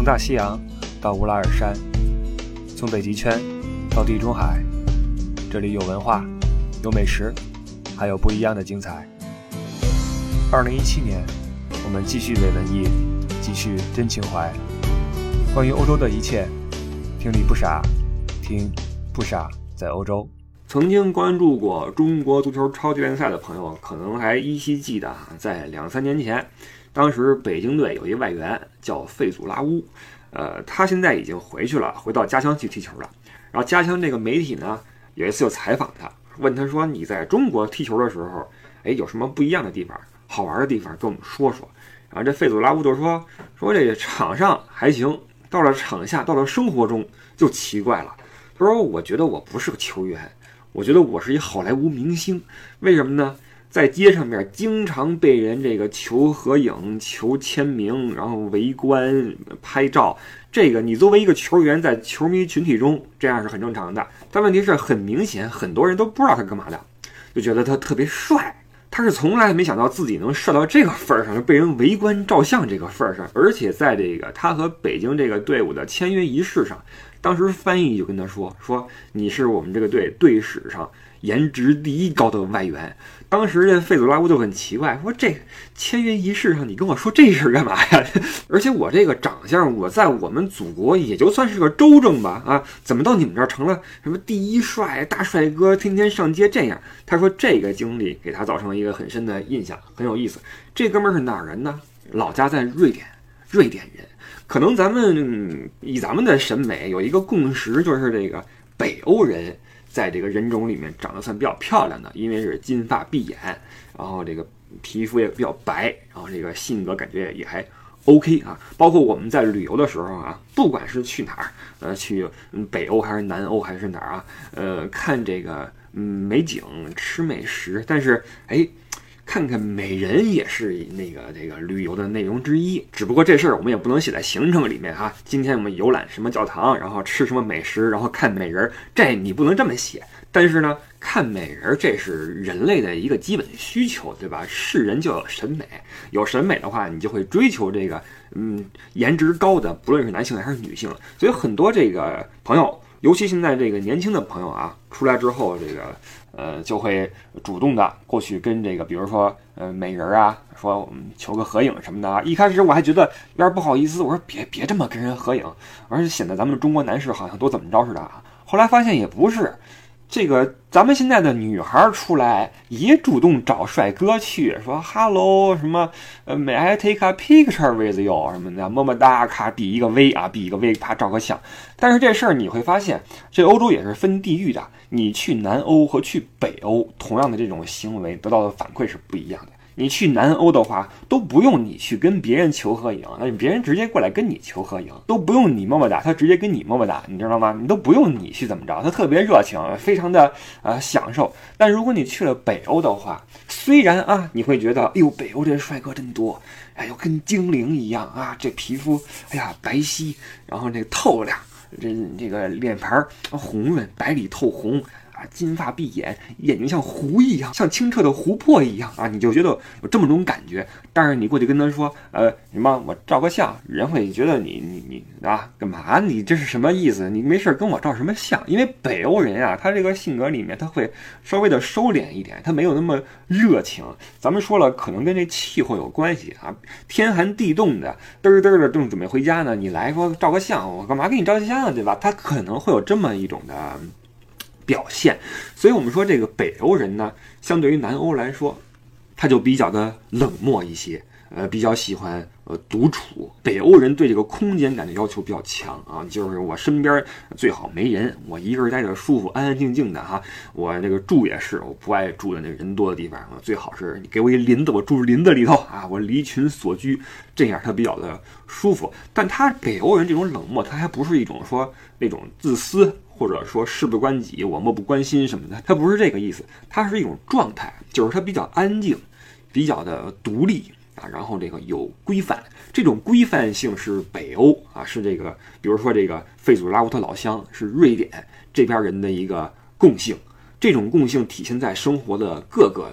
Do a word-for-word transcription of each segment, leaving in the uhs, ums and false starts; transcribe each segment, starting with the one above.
大西洋到乌拉尔山，从北极圈到地中海，这里有文化，有美食，还有不一样的精彩。二零一七年，我们继续伪文艺，继续真情怀。关于欧洲的一切，听理不傻，听不傻在欧洲。曾经关注过中国足球超级联赛的朋友，可能还依稀记得，在两三年前，当时北京队有一外援叫费祖拉乌，呃，他现在已经回去了，回到家乡去踢球了。然后家乡这个媒体呢，有一次就采访他，问他说：“你在中国踢球的时候，哎，有什么不一样的地方、好玩的地方，跟我们说说。”然后这费祖拉乌就说：“说这个场上还行，到了场下，到了生活中就奇怪了。他说，我觉得我不是个球员。”我觉得我是一好莱坞明星，为什么呢？在街上面经常被人这个求合影、求签名，然后围观、拍照。这个你作为一个球员，在球迷群体中，这样是很正常的。但问题是很明显，很多人都不知道他干嘛的，就觉得他特别帅。他是从来没想到自己能帅到这个份上，就被人围观照相这个份上。而且在这个他和北京这个队伍的签约仪式上，当时翻译就跟他说说你是我们这个队队史上颜值第一高的外援。当时这费祖拉乌就很奇怪，说这签约仪式上你跟我说这事干嘛呀？而且我这个长相，我在我们祖国也就算是个周正吧，啊，怎么到你们这儿成了什么第一帅、大帅哥，天天上街这样？他说这个经历给他造成了一个很深的印象，很有意思。这哥们儿是哪儿人呢？老家在瑞典，瑞典人。可能咱们以咱们的审美有一个共识，就是这个北欧人在这个人种里面长得算比较漂亮的，因为是金发碧眼，然后这个皮肤也比较白，然后这个性格感觉也还 OK 啊。包括我们在旅游的时候啊，不管是去哪儿，呃，去北欧还是南欧还是哪儿啊，呃，看这个嗯美景，吃美食，但是哎。看看美人也是那个这个旅游的内容之一，只不过这事儿我们也不能写在行程里面哈。今天我们游览什么教堂，然后吃什么美食，然后看美人，这你不能这么写。但是呢，看美人这是人类的一个基本需求，对吧？是人就有审美，有审美的话，你就会追求这个嗯颜值高的，不论是男性还是女性。所以很多这个朋友，尤其现在这个年轻的朋友啊，出来之后，这个呃就会主动的过去跟这个，比如说呃美人啊，说我们求个合影什么的啊。一开始我还觉得有点不好意思，我说别别这么跟人合影，而且显得咱们中国男士好像都怎么着似的啊。后来发现也不是。这个咱们现在的女孩出来也主动找帅哥去说 hello 什么呃 may I take a picture with you 什么的，么么哒，咔比一个 V 啊，比一个 V， 啪照个相。但是这事儿你会发现，这欧洲也是分地域的，你去南欧和去北欧，同样的这种行为得到的反馈是不一样的。你去南欧的话，都不用你去跟别人求合影，那别人直接过来跟你求合影，都不用你么么哒，他直接跟你么么哒，你知道吗？你都不用你去怎么着，他特别热情，非常的呃享受。但如果你去了北欧的话，虽然啊你会觉得，哎呦北欧这帅哥真多，哎呦跟精灵一样啊，这皮肤哎呀白皙，然后这个透亮，这这个脸盘红润，白里透红。啊，金发碧眼，眼睛像湖一样，像清澈的湖泊一样啊，你就觉得有这么种感觉。但是你过去跟他说，呃，什么我照个相，人会觉得你你你啊，干嘛？你这是什么意思？你没事跟我照什么相？因为北欧人啊，他这个性格里面他会稍微的收敛一点，他没有那么热情。咱们说了，可能跟这气候有关系啊，天寒地冻的，嘚儿嘚儿的正准备回家呢，你来说照个相，我干嘛给你照相啊？对吧？他可能会有这么一种的表现。所以我们说这个北欧人呢，相对于南欧来说，他就比较的冷漠一些，呃，比较喜欢呃独处。北欧人对这个空间感的要求比较强啊，就是我身边最好没人，我一个人待着舒服，安安静静的哈。我这个住也是，我不爱住的那人多的地方，最好是你给我一林子，我住林子里头啊，我离群所居，这样他比较的舒服。但他北欧人这种冷漠，他还不是一种说那种自私，或者说事不关己，我漠不关心什么的，它不是这个意思，它是一种状态，就是它比较安静，比较的独立啊，然后这个有规范，这种规范性是北欧啊，是这个，比如说这个费祖拉乌特老乡是瑞典这边人的一个共性，这种共性体现在生活的各个的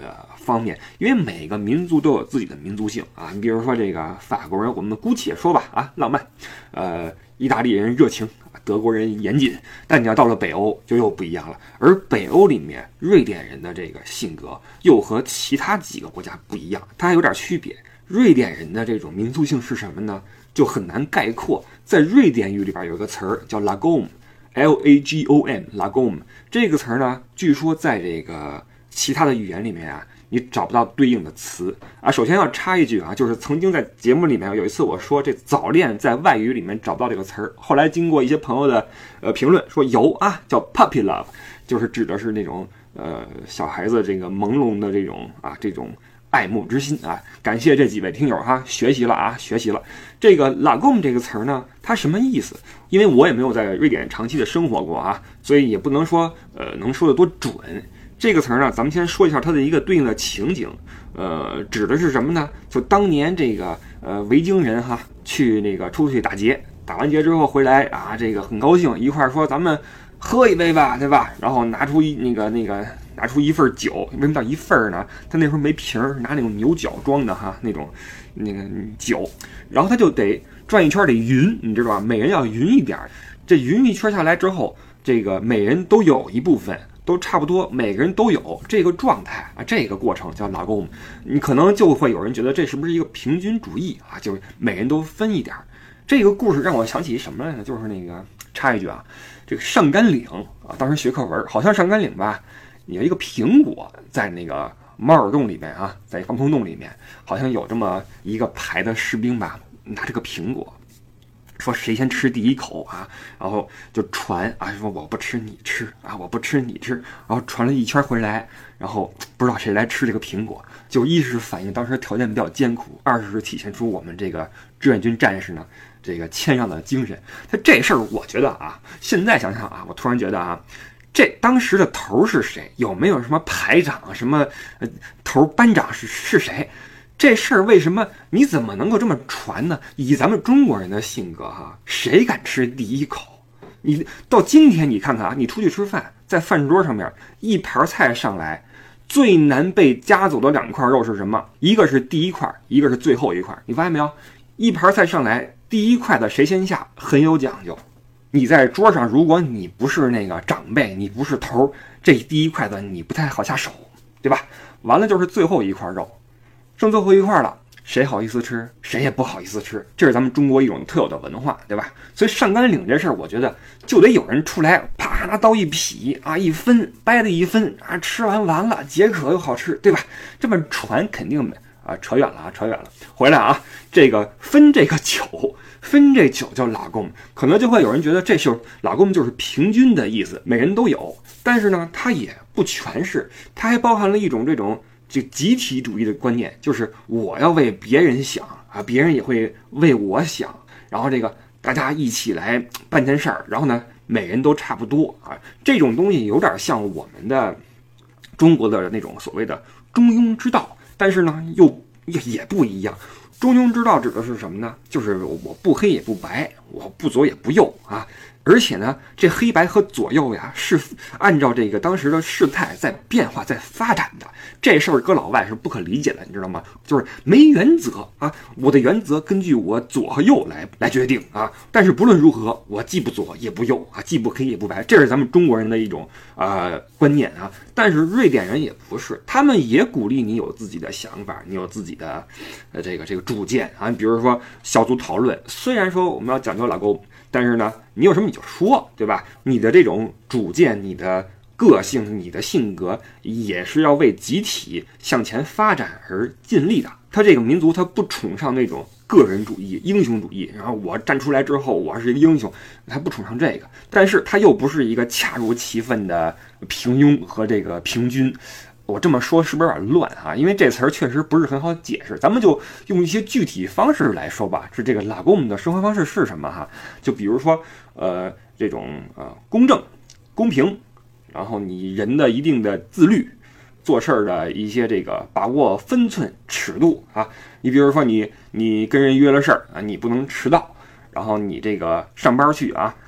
方面，因为每个民族都有自己的民族性啊。你比如说这个法国人，我们姑且说吧啊，浪漫，呃，意大利人热情，德国人严谨。但你要到了北欧就又不一样了，而北欧里面瑞典人的这个性格又和其他几个国家不一样，它还有点区别。瑞典人的这种民族性是什么呢？就很难概括。在瑞典语里边有一个词儿叫 lagom。L A G O M lagom 这个词儿呢，据说在这个其他的语言里面啊，你找不到对应的词啊。首先要插一句啊，就是曾经在节目里面有一次我说这早恋在外语里面找不到这个词儿，后来经过一些朋友的呃评论说有啊，叫 puppy love， 就是指的是那种呃小孩子这个朦胧的这种啊这种爱慕之心啊。感谢这几位听友哈，学习了啊，学习了。这个 lagom 这个词儿呢，它什么意思？因为我也没有在瑞典长期的生活过啊，所以也不能说呃能说的多准。这个词儿呢，咱们先说一下它的一个对应的情景，呃，指的是什么呢？就当年这个呃维京人哈，去那个出去打劫，打完劫之后回来啊，这个很高兴，一块儿说咱们喝一杯吧，对吧？然后拿出一那个那个拿出一份酒，为什么叫一份呢？他那时候没瓶儿，拿那种牛角装的哈，那种那个酒，然后他就得转一圈得匀，你知道吧？每人要匀一点，这匀一圈下来之后，这个每人都有一部分，都差不多，每个人都有这个状态啊，这个过程叫拉贡。你可能就会有人觉得这是不是一个平均主义啊？就是每人都分一点。这个故事让我想起什么来呢？就是那个插一句啊，这个上甘岭啊，当时学课文，好像上甘岭吧，有一个苹果在那个猫耳洞里面啊，在防空洞里面，好像有这么一个排的士兵吧，拿这个苹果，说谁先吃第一口啊，然后就传啊，说我不吃你吃啊，我不吃你吃，然后传了一圈回来，然后不知道谁来吃这个苹果，就一是反映当时条件比较艰苦，二是体现出我们这个志愿军战士呢这个谦让的精神。他这事儿我觉得啊，现在想想啊，我突然觉得啊，这当时的头是谁？有没有什么排长啊？什么呃头班长是是谁？这事儿为什么你怎么能够这么传呢？以咱们中国人的性格哈，谁敢吃第一口？你到今天你看看啊，你出去吃饭，在饭桌上面一盘菜上来，最难被夹走的两块肉是什么？一个是第一块，一个是最后一块。你发现没有？一盘菜上来，第一块的谁先下很有讲究。你在桌上，如果你不是那个长辈，你不是头，这第一筷子你不太好下手，对吧？完了就是最后一块肉，剩最后一块了，谁好意思吃？谁也不好意思吃，这是咱们中国一种特有的文化，对吧？所以上甘岭这事儿，我觉得就得有人出来，啪拿刀一劈啊，一分掰的一分啊，吃完完了，解渴又好吃，对吧？这么传肯定没。啊，扯远了啊，扯远了，回来啊，这个分这个酒，分这酒叫拉贡，可能就会有人觉得这是拉贡就是平均的意思，每人都有，但是呢，它也不全是，它还包含了一种这种这集体主义的观念，就是我要为别人想啊，别人也会为我想，然后这个大家一起来办件事儿，然后呢，每人都差不多啊，这种东西有点像我们的中国的那种所谓的中庸之道。但是呢，又也不一样。中庸之道指的是什么呢？就是我不黑也不白，我不左也不右啊。而且呢，这黑白和左右呀，是按照这个当时的事态在变化、在发展的。这事儿搁老外是不可理解的，你知道吗？就是没原则啊，我的原则根据我左和右来来决定啊。但是不论如何，我既不左也不右啊，既不黑也不白，这是咱们中国人的一种呃观念啊。但是瑞典人也不是，他们也鼓励你有自己的想法，你有自己的呃这个这个主见啊。比如说小组讨论，虽然说我们要讲究拉钩。但是呢，你有什么你就说，对吧？你的这种主见、你的个性、你的性格，也是要为集体向前发展而尽力的。他这个民族，他不崇尚那种个人主义、英雄主义，然后我站出来之后，我是一个英雄，他不崇尚这个。但是他又不是一个恰如其分的平庸和这个平均。我这么说是不是有点乱啊？因为这词儿确实不是很好解释，咱们就用一些具体方式来说吧。是这个拉贡们的生活方式是什么哈？就比如说，呃，这种呃公正、公平，然后你人的一定的自律，做事儿的一些这个把握分寸、尺度啊。你比如说你你跟人约了事儿啊，你不能迟到。然后你这个上班去啊，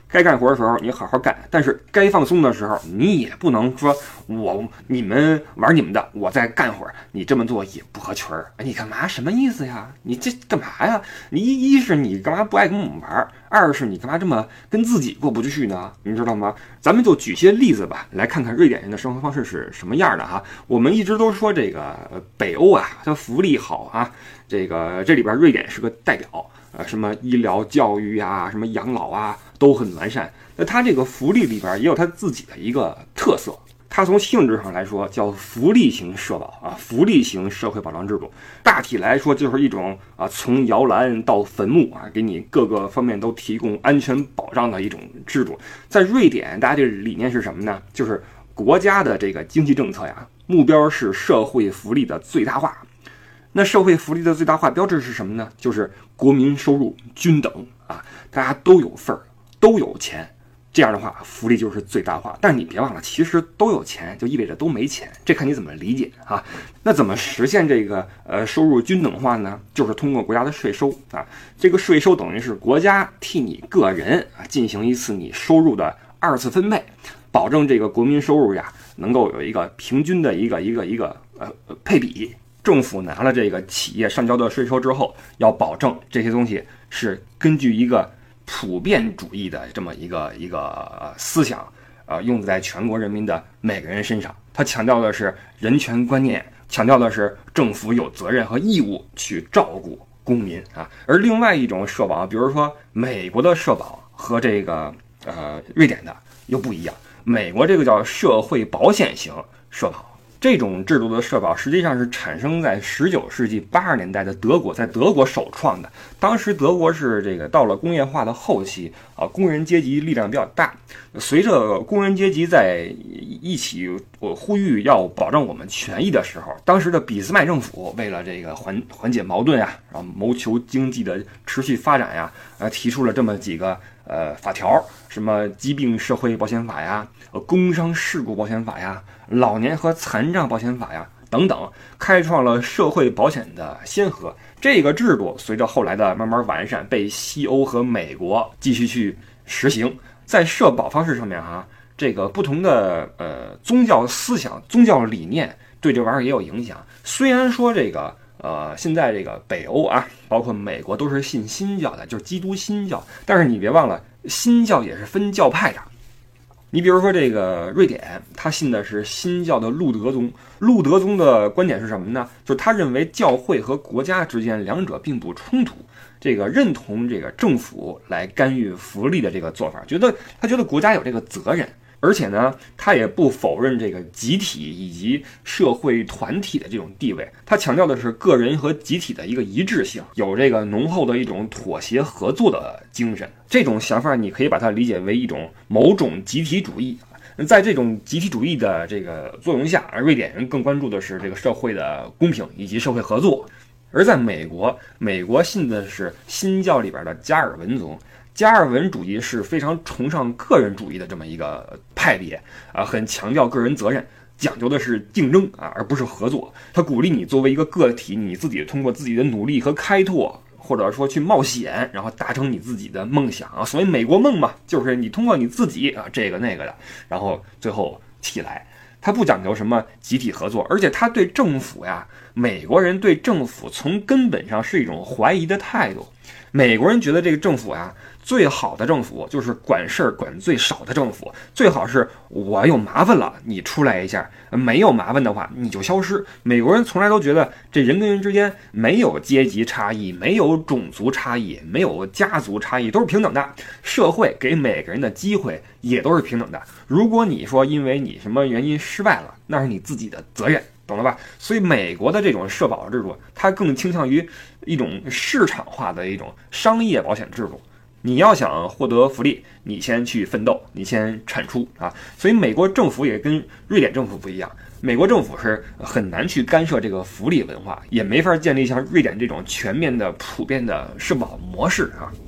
该干活的时候你好好干，但是该放松的时候你也不能说我你们玩你们的，我再干会儿，你这么做也不合群儿。你干嘛？什么意思呀？你这干嘛呀？你一一是你干嘛不爱跟我们玩，二是你干嘛这么跟自己过不去呢？你知道吗？咱们就举些例子吧，来看看瑞典人的生活方式是什么样的哈。我们一直都说这个北欧啊，它福利好啊，这个这里边瑞典是个代表。呃，什么医疗、教育啊，什么养老啊，都很完善。那它这个福利里边也有它自己的一个特色。它从性质上来说叫福利型社保啊，福利型社会保障制度。大体来说就是一种啊，从摇篮到坟墓啊，给你各个方面都提供安全保障的一种制度。在瑞典，大家这个理念是什么呢？就是国家的这个经济政策呀，目标是社会福利的最大化。那社会福利的最大化标志是什么呢？就是国民收入均等啊，大家都有份儿，都有钱，这样的话福利就是最大化。但是你别忘了，其实都有钱就意味着都没钱，这看你怎么理解啊。那怎么实现这个呃收入均等化呢？就是通过国家的税收啊，这个税收等于是国家替你个人啊进行一次你收入的二次分配，保证这个国民收入呀能够有一个平均的一个一个一个呃配比。政府拿了这个企业上交的税收之后，要保证这些东西是根据一个普遍主义的这么一个一个思想，呃，用在全国人民的每个人身上。他强调的是人权观念，强调的是政府有责任和义务去照顾公民啊。而另外一种社保，比如说美国的社保和这个呃瑞典的又不一样，美国这个叫社会保险型社保。这种制度的社保实际上是产生在十九世纪八十年代的德国，在德国首创的。当时德国是这个到了工业化的后期啊，工人阶级力量比较大。随着工人阶级在一起呼吁要保障我们权益的时候，当时的俾斯麦政府为了这个缓缓解矛盾呀，然后谋求经济的持续发展呀，呃，提出了这么几个呃法条，什么疾病社会保险法呀，呃，工伤事故保险法呀，老年和残障保险法呀等等，开创了社会保险的先河。这个制度随着后来的慢慢完善，被西欧和美国继续去实行。在社保方式上面哈，这个不同的呃宗教思想、宗教理念对这玩意儿也有影响。虽然说这个呃现在这个北欧啊，包括美国都是信新教的，就是基督新教，但是你别忘了，新教也是分教派的。你比如说这个瑞典，他信的是新教的路德宗。路德宗的观点是什么呢？就是他认为教会和国家之间两者并不冲突，这个认同这个政府来干预福利的这个做法，觉得他觉得国家有这个责任。而且呢，他也不否认这个集体以及社会团体的这种地位，他强调的是个人和集体的一个一致性，有这个浓厚的一种妥协合作的精神。这种想法你可以把它理解为一种某种集体主义。在这种集体主义的这个作用下，瑞典人更关注的是这个社会的公平以及社会合作。而在美国，美国信的是新教里边的加尔文宗。加尔文主义是非常崇尚个人主义的这么一个派别啊，很强调个人责任，讲究的是竞争啊，而不是合作。他鼓励你作为一个个体，你自己通过自己的努力和开拓，或者说去冒险，然后达成你自己的梦想啊。所谓美国梦嘛，就是你通过你自己啊，这个那个的，然后最后起来。他不讲究什么集体合作，而且他对政府呀，美国人对政府从根本上是一种怀疑的态度。美国人觉得这个政府呀，最好的政府就是管事儿管最少的政府，最好是我有麻烦了你出来一下，没有麻烦的话你就消失。美国人从来都觉得这人跟人之间没有阶级差异，没有种族差异，没有家族差异，都是平等的。社会给每个人的机会也都是平等的。如果你说因为你什么原因失败了，那是你自己的责任，懂了吧？所以美国的这种社保制度，它更倾向于一种市场化的一种商业保险制度。你要想获得福利，你先去奋斗，你先产出啊。所以美国政府也跟瑞典政府不一样，美国政府是很难去干涉这个福利文化，也没法建立像瑞典这种全面的普遍的社保模式啊。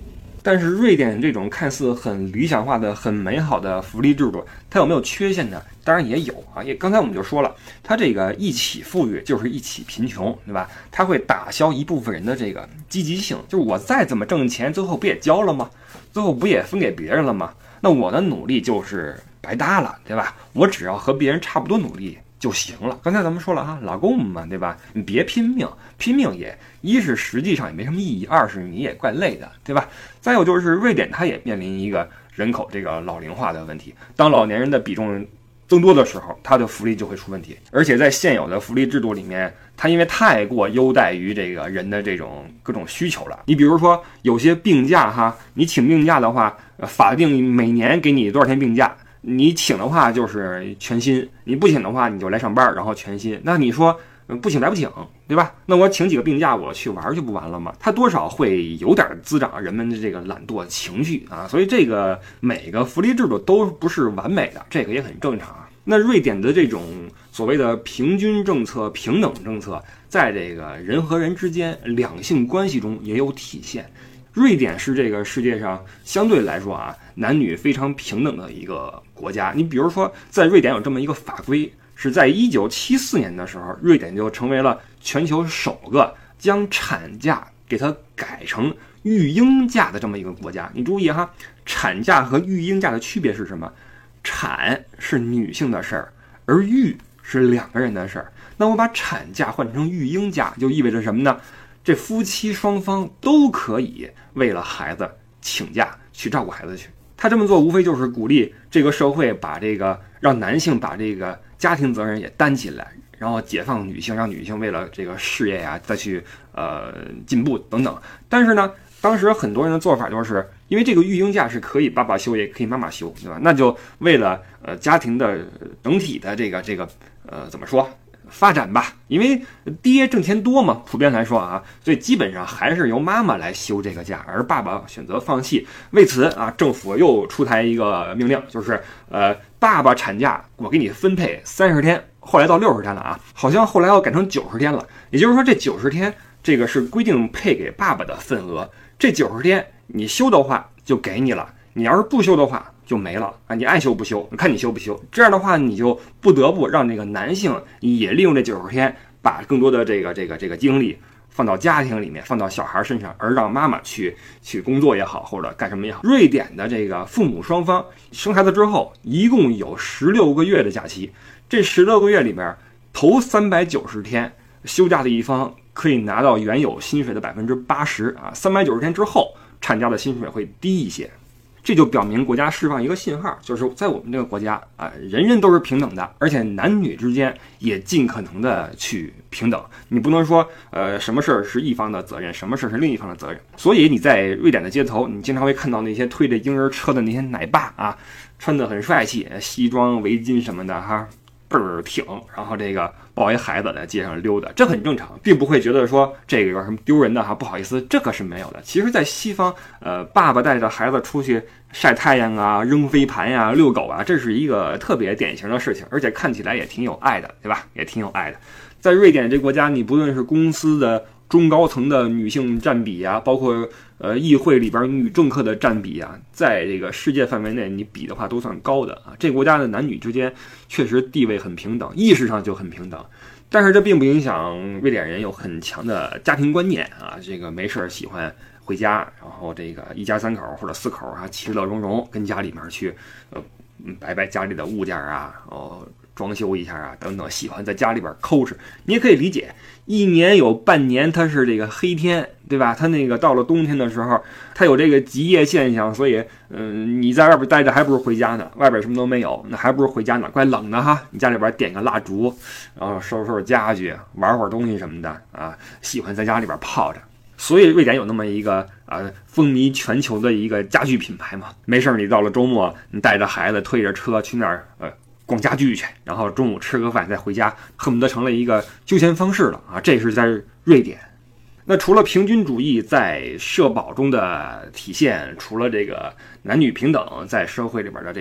但是瑞典这种看似很理想化的、很美好的福利制度，它有没有缺陷呢？当然也有啊。也刚才我们就说了，它这个一起富裕就是一起贫穷，对吧？它会打消一部分人的这个积极性，就是我再怎么挣钱，最后不也交了吗？最后不也分给别人了吗？那我的努力就是白搭了，对吧？我只要和别人差不多努力就行了。刚才咱们说了哈，老公嘛，对吧？你别拼命，拼命也一是实际上也没什么意义，二是你也怪累的，对吧？再有就是瑞典它也面临一个人口这个老龄化的问题，当老年人的比重增多的时候，它的福利就会出问题。而且在现有的福利制度里面，它因为太过优待于这个人的这种各种需求了。你比如说有些病假哈，你请病假的话，法定每年给你多少天病假，你请的话就是全薪，你不请的话你就来上班然后全薪。那你说不请白不请，对吧？那我请几个病假我去玩就不完了吗？它多少会有点滋长人们的这个懒惰情绪啊。所以这个每个福利制度都不是完美的，这个也很正常啊。那瑞典的这种所谓的平均政策、平等政策，在这个人和人之间两性关系中也有体现。瑞典是这个世界上相对来说啊，男女非常平等的一个国家。你比如说，在瑞典有这么一个法规，是在一九七四年的时候，瑞典就成为了全球首个将产假给它改成育婴假的这么一个国家。你注意哈，产假和育婴假的区别是什么？产是女性的事儿，而育是两个人的事儿。那我把产假换成育婴假，就意味着什么呢？这夫妻双方都可以为了孩子请假去照顾孩子去。他这么做无非就是鼓励这个社会把这个让男性把这个家庭责任也担起来，然后解放女性，让女性为了这个事业呀再去呃进步等等。但是呢，当时很多人的做法就是因为这个育婴假是可以爸爸休也可以妈妈休，对吧？那就为了呃家庭的整体的这个这个呃怎么说发展吧，因为爹挣钱多嘛，普遍来说啊，所以基本上还是由妈妈来休这个假，而爸爸选择放弃。为此啊，政府又出台一个命令，就是呃，爸爸产假我给你分配三十天，后来到六十天了啊，好像后来要改成九十天了。也就是说，这九十天这个是规定配给爸爸的份额，这九十天你休的话就给你了，你要是不休的话就没了啊！你爱休不休，看你休不休。这样的话，你就不得不让这个男性也利用这九十天，把更多的这个这个这个精力放到家庭里面，放到小孩身上，而让妈妈去去工作也好，或者干什么也好。瑞典的这个父母双方生孩子之后，一共有十六个月的假期。这十六个月里面，头三百九十天休假的一方可以拿到原有薪水的百分之八十啊，三百九十天之后，产假的薪水会低一些。这就表明国家释放一个信号，就是在我们这个国家啊，人人都是平等的，而且男女之间也尽可能的去平等。你不能说呃什么事儿是一方的责任，什么事儿是另一方的责任。所以你在瑞典的街头，你经常会看到那些推着婴儿车的那些奶爸啊，穿得很帅气，西装围巾什么的哈，倍儿挺，然后这个抱一孩子在街上溜达，这很正常，并不会觉得说这个有什么丢人的哈，不好意思，这可是没有的。其实在西方，呃，爸爸带着孩子出去晒太阳啊，扔飞盘呀、啊，遛狗啊，这是一个特别典型的事情，而且看起来也挺有爱的，对吧？也挺有爱的。在瑞典这国家，你不论是公司的中高层的女性占比啊，包括呃议会里边女政客的占比啊，在这个世界范围内你比的话都算高的啊。这个国家的男女之间确实地位很平等，意识上就很平等。但是这并不影响瑞典人有很强的家庭观念啊，这个没事喜欢回家，然后这个一家三口或者四口啊，其乐融融跟家里面去呃摆摆家里的物件啊，哦装修一下啊等等，喜欢在家里边抠哧。你也可以理解，一年有半年它是这个黑天，对吧？它那个到了冬天的时候，它有这个极夜现象，所以嗯，你在外边待着还不如回家呢，外边什么都没有，那还不如回家呢，怪冷的哈。你家里边点个蜡烛，然后收拾收拾家具，玩会儿东西什么的啊，喜欢在家里边泡着。所以瑞典有那么一个啊风靡全球的一个家具品牌嘛，没事你到了周末，你带着孩子推着车去那儿呃逛家具去，然后中午吃个饭再回家，恨不得成了一个休闲方式了啊！这是在瑞典。那除了平均主义在社保中的体现，除了这个男女平等在社会里边的这种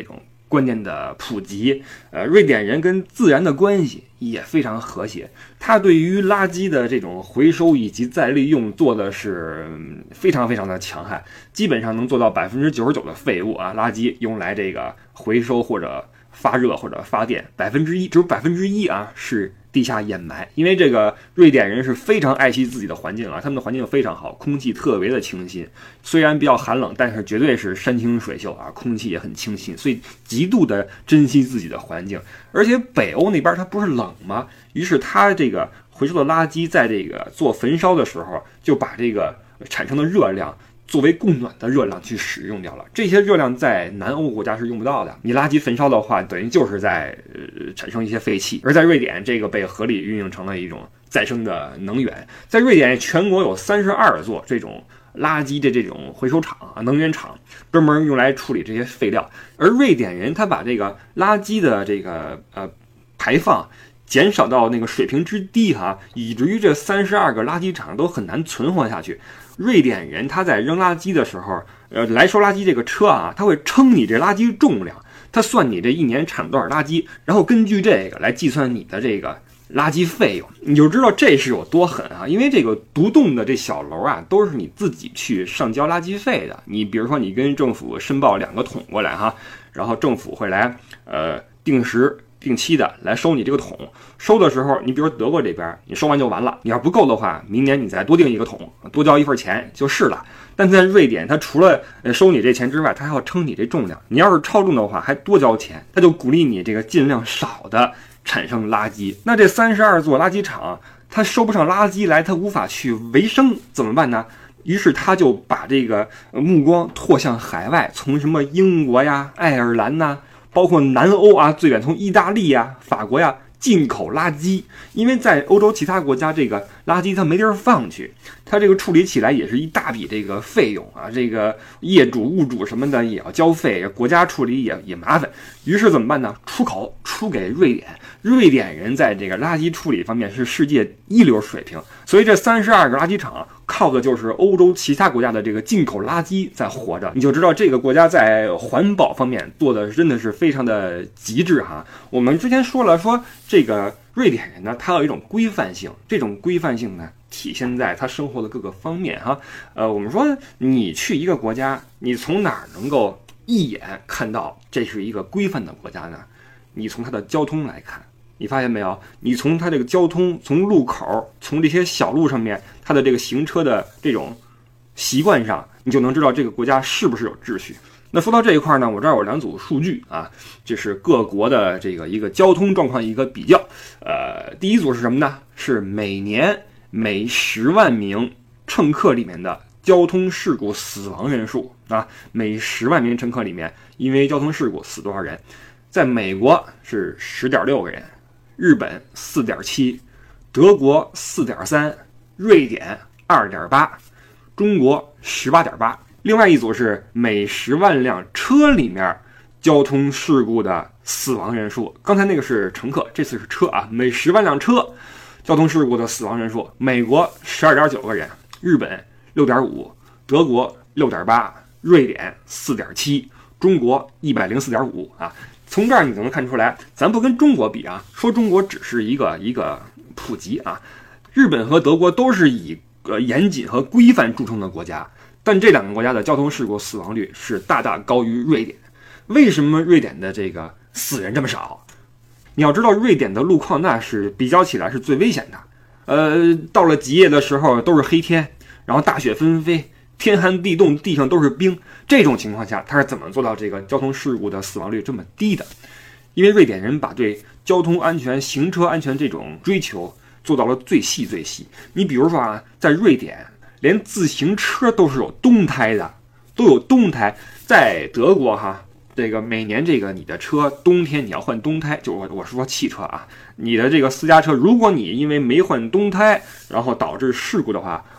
观念的普及，呃，瑞典人跟自然的关系也非常和谐。他对于垃圾的这种回收以及再利用做的是非常非常的强悍，基本上能做到百分之九十九的废物啊垃圾用来这个回收或者发热或者发电，百分之一只有百分之一啊是地下掩埋。因为这个瑞典人是非常爱惜自己的环境啊，他们的环境非常好，空气特别的清新，虽然比较寒冷，但是绝对是山清水秀啊，空气也很清新，所以极度的珍惜自己的环境。而且北欧那边它不是冷吗？于是它这个回收的垃圾在这个做焚烧的时候，就把这个产生的热量作为供暖的热量去使用掉了，这些热量在南欧国家是用不到的。你垃圾焚烧的话，等于就是在呃产生一些废气，而在瑞典，这个被合理运用成了一种再生的能源。在瑞典，全国有三十二座这种垃圾的这种回收厂啊，能源厂，专门用来处理这些废料。而瑞典人他把这个垃圾的这个呃排放减少到那个水平之低哈、啊，以至于这三十二个垃圾场都很难存活下去。瑞典人他在扔垃圾的时候，呃，来收垃圾这个车啊，他会称你这垃圾重量，他算你这一年产多少垃圾，然后根据这个来计算你的这个垃圾费用，你就知道这是有多狠啊！因为这个独栋的这小楼啊，都是你自己去上交垃圾费的。你比如说，你跟政府申报两个桶过来哈，然后政府会来呃定时定期的来收你这个桶。收的时候，你比如说德国这边，你收完就完了，你要不够的话，明年你再多订一个桶，多交一份钱就是了。但在瑞典，它除了收你这钱之外，它还要称你这重量。你要是超重的话，还多交钱，它就鼓励你这个尽量少的产生垃圾。那这三十二座垃圾场，它收不上垃圾来，它无法去维生，怎么办呢？于是他就把这个目光拓向海外，从什么英国呀、爱尔兰呐，包括南欧啊，最远从意大利呀、法国呀进口垃圾。因为在欧洲其他国家，这个垃圾它没地儿放去，它这个处理起来也是一大笔这个费用啊，这个业主物主什么的也要交费，国家处理也也麻烦。于是怎么办呢？出口出给瑞典。瑞典人在这个垃圾处理方面是世界一流水平，所以这三十二个垃圾场靠的就是欧洲其他国家的这个进口垃圾在活着。你就知道这个国家在环保方面做的真的是非常的极致哈。我们之前说了，说这个瑞典人呢，他有一种规范性，这种规范性呢体现在他生活的各个方面哈。呃，我们说你去一个国家，你从哪儿能够一眼看到这是一个规范的国家呢？你从它的交通来看，你发现没有？你从它这个交通，从路口，从这些小路上面，它的这个行车的这种习惯上，你就能知道这个国家是不是有秩序。那说到这一块呢，我这儿有两组数据啊，这是各国的这个一个交通状况一个比较。呃，第一组是什么呢？是每年每十万名乘客里面的交通事故死亡人数啊，每十万名乘客里面因为交通事故死多少人？在美国是 十点六 个人，日本 四点七， 德国 四点三， 瑞典 二点八， 中国 十八点八。 另外一组是每十万辆车里面交通事故的死亡人数，刚才那个是乘客，这次是车啊，每十万辆车交通事故的死亡人数，美国 十二点九 个人，日本 六点五， 德国 六点八， 瑞典 四点七， 中国 一百零四点五 啊。从这儿你就能看出来，咱不跟中国比啊，说中国只是一个一个普及啊，日本和德国都是以呃严谨和规范著称的国家，但这两个国家的交通事故死亡率是大大高于瑞典。为什么瑞典的这个死人这么少？你要知道，瑞典的路况那是比较起来是最危险的，呃，到了极夜的时候都是黑天，然后大雪纷飞，天寒地冻，地上都是冰，这种情况下他是怎么做到这个交通事故的死亡率这么低的？因为瑞典人把对交通安全、行车安全这种追求做到了最细最细。你比如说啊，在瑞典连自行车都是有冬胎的，都有冬胎。在德国哈，这个每年这个你的车冬天你要换冬胎，就我我是说汽车啊，你的这个私家车，如果你因为没换冬胎，然后导致事故的话，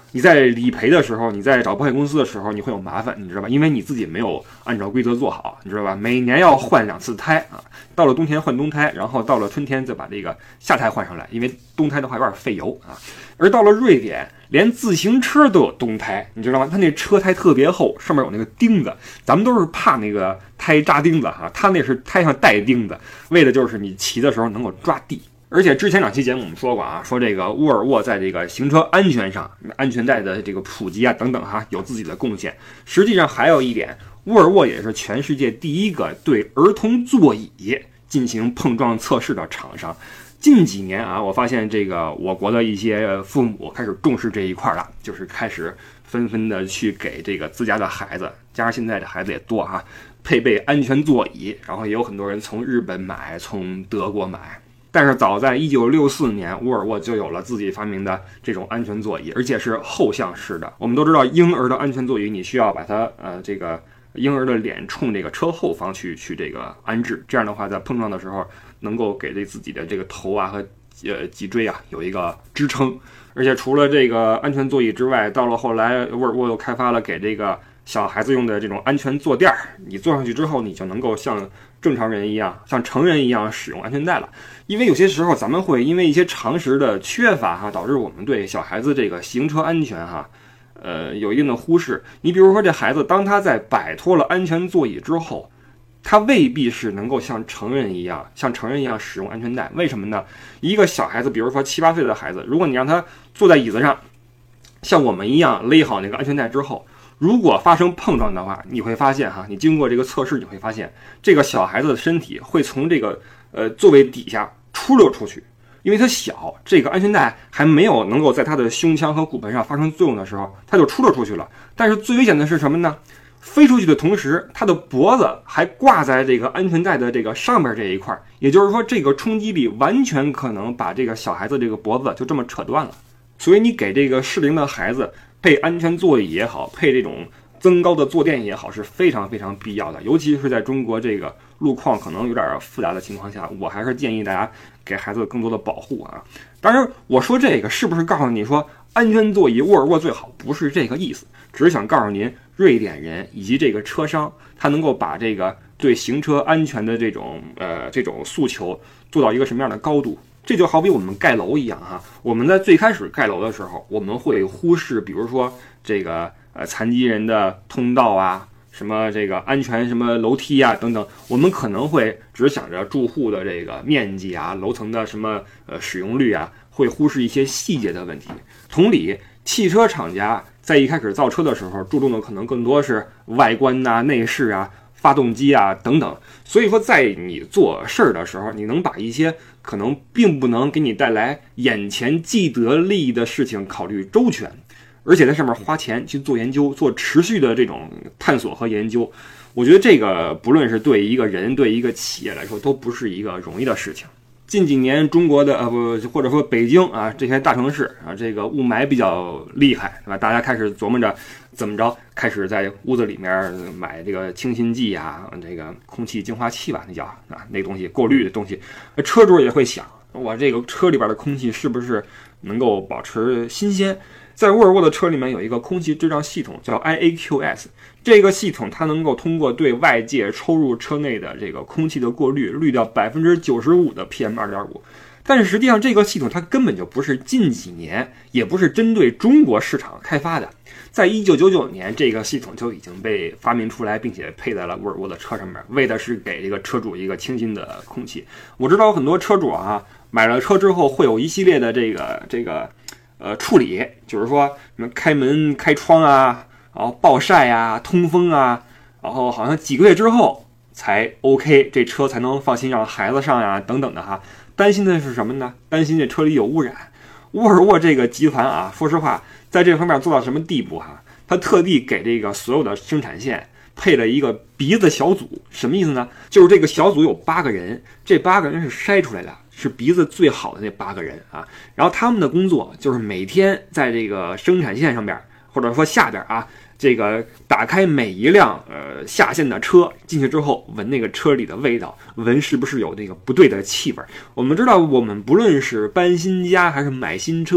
你在理赔的时候，你在找保险公司的时候，你会有麻烦，你知道吧？因为你自己没有按照规则做好，你知道吧？每年要换两次胎啊，到了冬天换冬胎，然后到了春天再把这个夏胎换上来，因为冬胎的话有点费油啊。而到了瑞典，连自行车都有冬胎，你知道吗？它那车胎特别厚，上面有那个钉子，咱们都是怕那个胎扎钉子哈，它那是胎上带钉子，为的就是你骑的时候能够抓地。而且之前两期节目我们说过啊，说这个沃尔沃在这个行车安全上，安全带的这个普及啊等等哈，有自己的贡献。实际上还有一点，沃尔沃也是全世界第一个对儿童座椅进行碰撞测试的厂商。近几年啊，我发现这个我国的一些父母开始重视这一块了，就是开始纷纷的去给这个自家的孩子，加上现在的孩子也多哈，配备安全座椅，然后也有很多人从日本买，从德国买。但是早在一九六四年，沃尔沃就有了自己发明的这种安全座椅，而且是后向式的。我们都知道，婴儿的安全座椅你需要把它呃这个婴儿的脸冲这个车后方去去这个安置，这样的话在碰撞的时候能够给这自己的这个头啊和呃脊椎啊有一个支撑。而且除了这个安全座椅之外，到了后来沃尔沃又开发了给这个小孩子用的这种安全坐垫，你坐上去之后你就能够像正常人一样，像成人一样使用安全带了。因为有些时候咱们会因为一些常识的缺乏哈，导致我们对小孩子这个行车安全哈呃有一定的忽视。你比如说这孩子当他在摆脱了安全座椅之后，他未必是能够像成人一样像成人一样使用安全带。为什么呢？一个小孩子，比如说七八岁的孩子，如果你让他坐在椅子上像我们一样勒好那个安全带之后，如果发生碰撞的话，你会发现哈，你经过这个测试，你会发现这个小孩子的身体会从这个呃座位底下出溜出去，因为他小，这个安全带还没有能够在他的胸腔和骨盆上发生作用的时候，他就出溜出去了。但是最危险的是什么呢？飞出去的同时，他的脖子还挂在这个安全带的这个上面这一块，也就是说，这个冲击力完全可能把这个小孩子这个脖子就这么扯断了。所以你给这个适龄的孩子配安全座椅也好，配这种增高的坐垫也好，是非常非常必要的。尤其是在中国这个路况可能有点复杂的情况下，我还是建议大家给孩子更多的保护啊。当然，我说这个是不是告诉你说安全座椅沃尔沃最好？不是这个意思，只是想告诉您，瑞典人以及这个车商，他能够把这个对行车安全的这种呃这种诉求做到一个什么样的高度。这就好比我们盖楼一样哈，我们在最开始盖楼的时候，我们会忽视，比如说这个呃残疾人的通道啊，什么这个安全什么楼梯啊等等，我们可能会只想着住户的这个面积啊，楼层的什么呃使用率啊，会忽视一些细节的问题。同理，汽车厂家在一开始造车的时候，注重的可能更多是外观啊、内饰啊、发动机啊等等。所以说，在你做事儿的时候，你能把一些可能并不能给你带来眼前既得利益的事情考虑周全，而且在上面花钱去做研究，做持续的这种探索和研究。我觉得这个不论是对一个人、对一个企业来说，都不是一个容易的事情。近几年中国的呃不或者说北京啊这些大城市啊，这个雾霾比较厉害，对吧？大家开始琢磨着怎么着，开始在屋子里面买这个清新剂啊，这个空气净化器吧，那叫啊那东西，过滤的东西。车主也会想，我这个车里边的空气是不是能够保持新鲜？在沃尔沃的车里面有一个空气质量系统叫 I A Q S， 这个系统它能够通过对外界抽入车内的这个空气的过滤，滤掉 百分之九十五 的 P M 二点五。 但是实际上这个系统它根本就不是近几年，也不是针对中国市场开发的。在一九九九年，这个系统就已经被发明出来，并且配在了沃尔沃的车上面，为的是给这个车主一个清新的空气。我知道很多车主啊，买了车之后会有一系列的这个这个呃处理，就是说什么开门开窗啊，然后暴晒啊，通风啊，然后好像几个月之后才 OK， 这车才能放心让孩子上呀等等的哈。担心的是什么呢？担心这车里有污染。沃尔沃这个集团啊，说实话在这方面做到什么地步哈？他特地给这个所有的生产线配了一个鼻子小组。什么意思呢？就是这个小组有八个人，这八个人是筛出来的，是鼻子最好的那八个人啊。然后他们的工作就是每天在这个生产线上边，或者说下边啊，这个打开每一辆呃下线的车，进去之后闻那个车里的味道，闻是不是有那个不对的气味。我们知道，我们不论是搬新家还是买新车，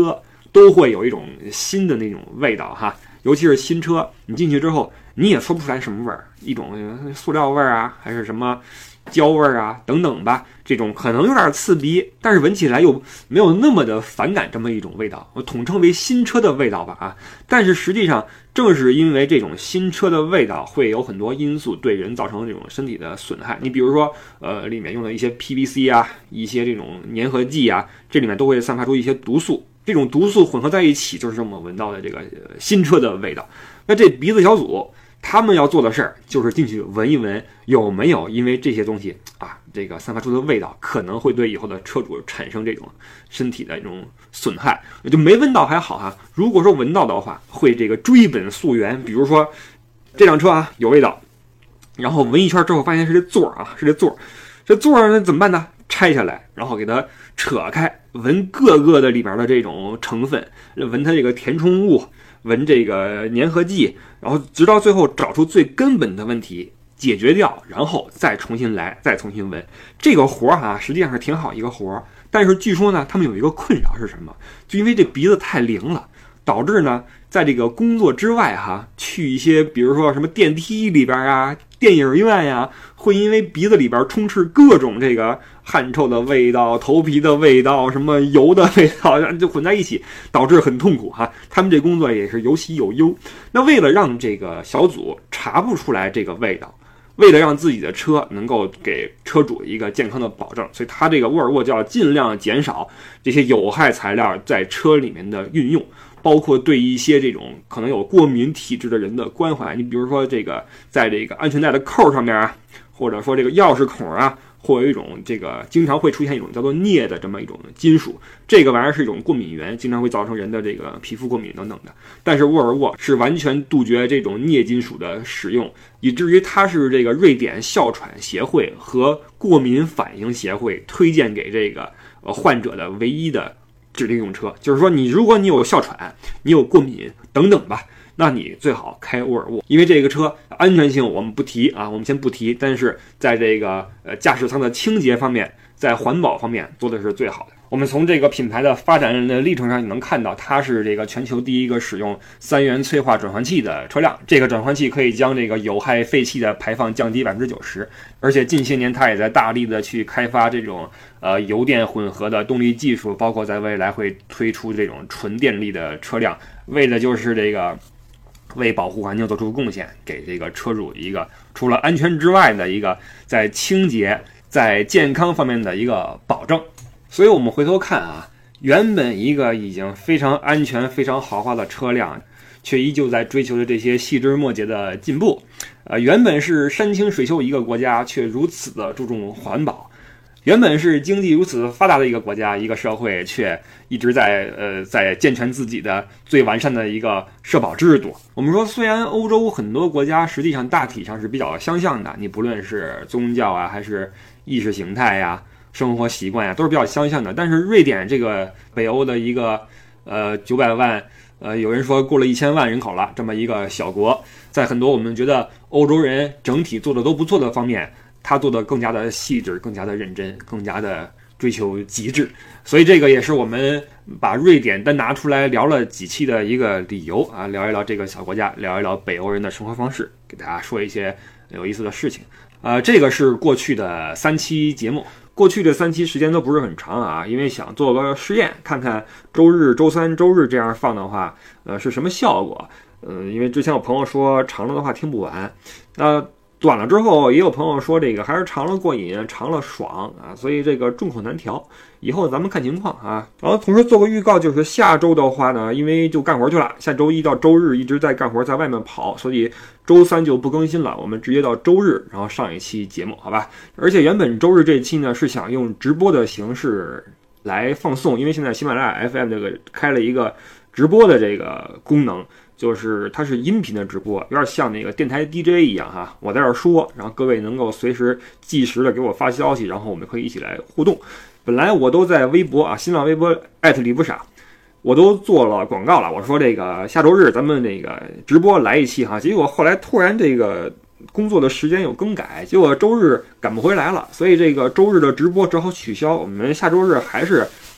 都会有一种新的那种味道哈。尤其是新车，你进去之后你也说不出来什么味儿，一种塑料味儿啊，还是什么焦味儿啊等等吧，这种可能有点刺鼻，但是闻起来又没有那么的反感，这么一种味道，我统称为新车的味道吧啊。但是实际上正是因为这种新车的味道会有很多因素对人造成这种身体的损害，你比如说呃里面用的一些 P V C 啊，一些这种粘合剂啊，这里面都会散发出一些毒素，这种毒素混合在一起，就是我们闻到的这个、呃、新车的味道。那这鼻子小组他们要做的事儿就是进去闻一闻，有没有因为这些东西啊，这个散发出的味道可能会对以后的车主产生这种身体的这种损害。就没闻到还好哈、啊，如果说闻到的话，会这个追本溯源。比如说这辆车啊有味道，然后闻一圈之后发现是这座啊，是这座，这座那怎么办呢？拆下来，然后给它扯开，闻各个的里边的这种成分，闻它这个填充物，闻这个粘合剂，然后直到最后找出最根本的问题解决掉，然后再重新来，再重新闻。这个活儿哈，实际上是挺好一个活儿，但是据说呢，他们有一个困扰是什么？就因为这鼻子太灵了，导致呢，在这个工作之外哈，去一些比如说什么电梯里边啊、电影院呀，会因为鼻子里边充斥各种这个汗臭的味道、头皮的味道、什么油的味道，就混在一起，导致很痛苦哈。他们这工作也是有喜有忧。那为了让这个小组查不出来这个味道，为了让自己的车能够给车主一个健康的保证，所以他这个沃尔沃就要尽量减少这些有害材料在车里面的运用，包括对一些这种可能有过敏体质的人的关怀。你比如说这个在这个安全带的扣上面啊，或者说这个钥匙孔啊，或有一种这个经常会出现一种叫做镍的这么一种金属，这个玩意儿是一种过敏源，经常会造成人的这个皮肤过敏等等的。但是沃尔沃是完全杜绝这种镍金属的使用，以至于它是这个瑞典哮喘协会和过敏反应协会推荐给这个呃患者的唯一的指定用车。就是说你如果你有哮喘，你有过敏等等吧，那你最好开沃尔沃，因为这个车安全性我们不提啊，我们先不提，但是在这个呃驾驶舱的清洁方面，在环保方面做的是最好的。我们从这个品牌的发展的历程上，你能看到它是这个全球第一个使用三元催化转换器的车辆。这个转换器可以将这个有害废气的排放降低百分之九十，而且近些年它也在大力的去开发这种呃油电混合的动力技术，包括在未来会推出这种纯电力的车辆，为的就是这个为保护环境做出贡献，给这个车主一个除了安全之外的一个在清洁、在健康方面的一个保证。所以我们回头看啊，原本一个已经非常安全、非常豪华的车辆，却依旧在追求着这些细枝末节的进步。呃，原本是山清水秀一个国家，却如此的注重环保。原本是经济如此发达的一个国家、一个社会，却一直在呃在健全自己的最完善的一个社保制度。我们说，虽然欧洲很多国家实际上大体上是比较相像的，你不论是宗教啊，还是意识形态呀、生活习惯呀，都是比较相像的。但是瑞典这个北欧的一个呃九百万，呃有人说过了一千万人口了，这么一个小国，在很多我们觉得欧洲人整体做的都不错的方面，他做的更加的细致，更加的认真，更加的追求极致。所以这个也是我们把瑞典单拿出来聊了几期的一个理由啊，聊一聊这个小国家，聊一聊北欧人的生活方式，给大家说一些有意思的事情。呃，这个是过去的三期节目，过去的三期时间都不是很长啊，因为想做个试验，看看周日、周三、周日这样放的话，呃，是什么效果？呃，因为之前有朋友说长了的话听不完，那短了之后也有朋友说这个还是长了过瘾，长了爽啊，所以这个众口难调，以后咱们看情况啊。然后同时做个预告，就是下周的话呢，因为就干活去了，下周一到周日一直在干活，在外面跑，所以周三就不更新了，我们直接到周日然后上一期节目，好吧？而且原本周日这一期呢是想用直播的形式来放送，因为现在喜马拉雅 F M 这个开了一个直播的这个功能，就是它是音频的直播，有点像那个电台 D J 一样哈，我在这儿说，然后各位能够随时即时的给我发消息，然后我们可以一起来互动。本来我都在微博啊，新浪微博艾特李不傻，我都做了广告了，我说这个下周日咱们这个直播来一期哈，结果后来突然这个工作的时间有更改，结果周日赶不回来了，所以这个周日的直播只好取消，我们下周日还是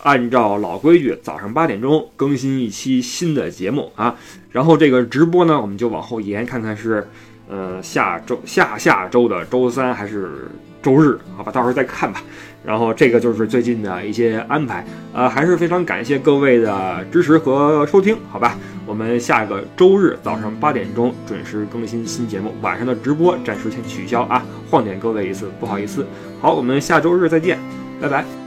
按照老规矩，早上八点钟更新一期新的节目啊。然后这个直播呢，我们就往后延，看看是呃下周下下周的周三还是周日，好吧，到时候再看吧。然后这个就是最近的一些安排，呃，还是非常感谢各位的支持和收听，好吧。我们下个周日早上八点钟准时更新新节目，晚上的直播暂时先取消啊，晃点各位一次，不好意思。好，我们下周日再见，拜拜。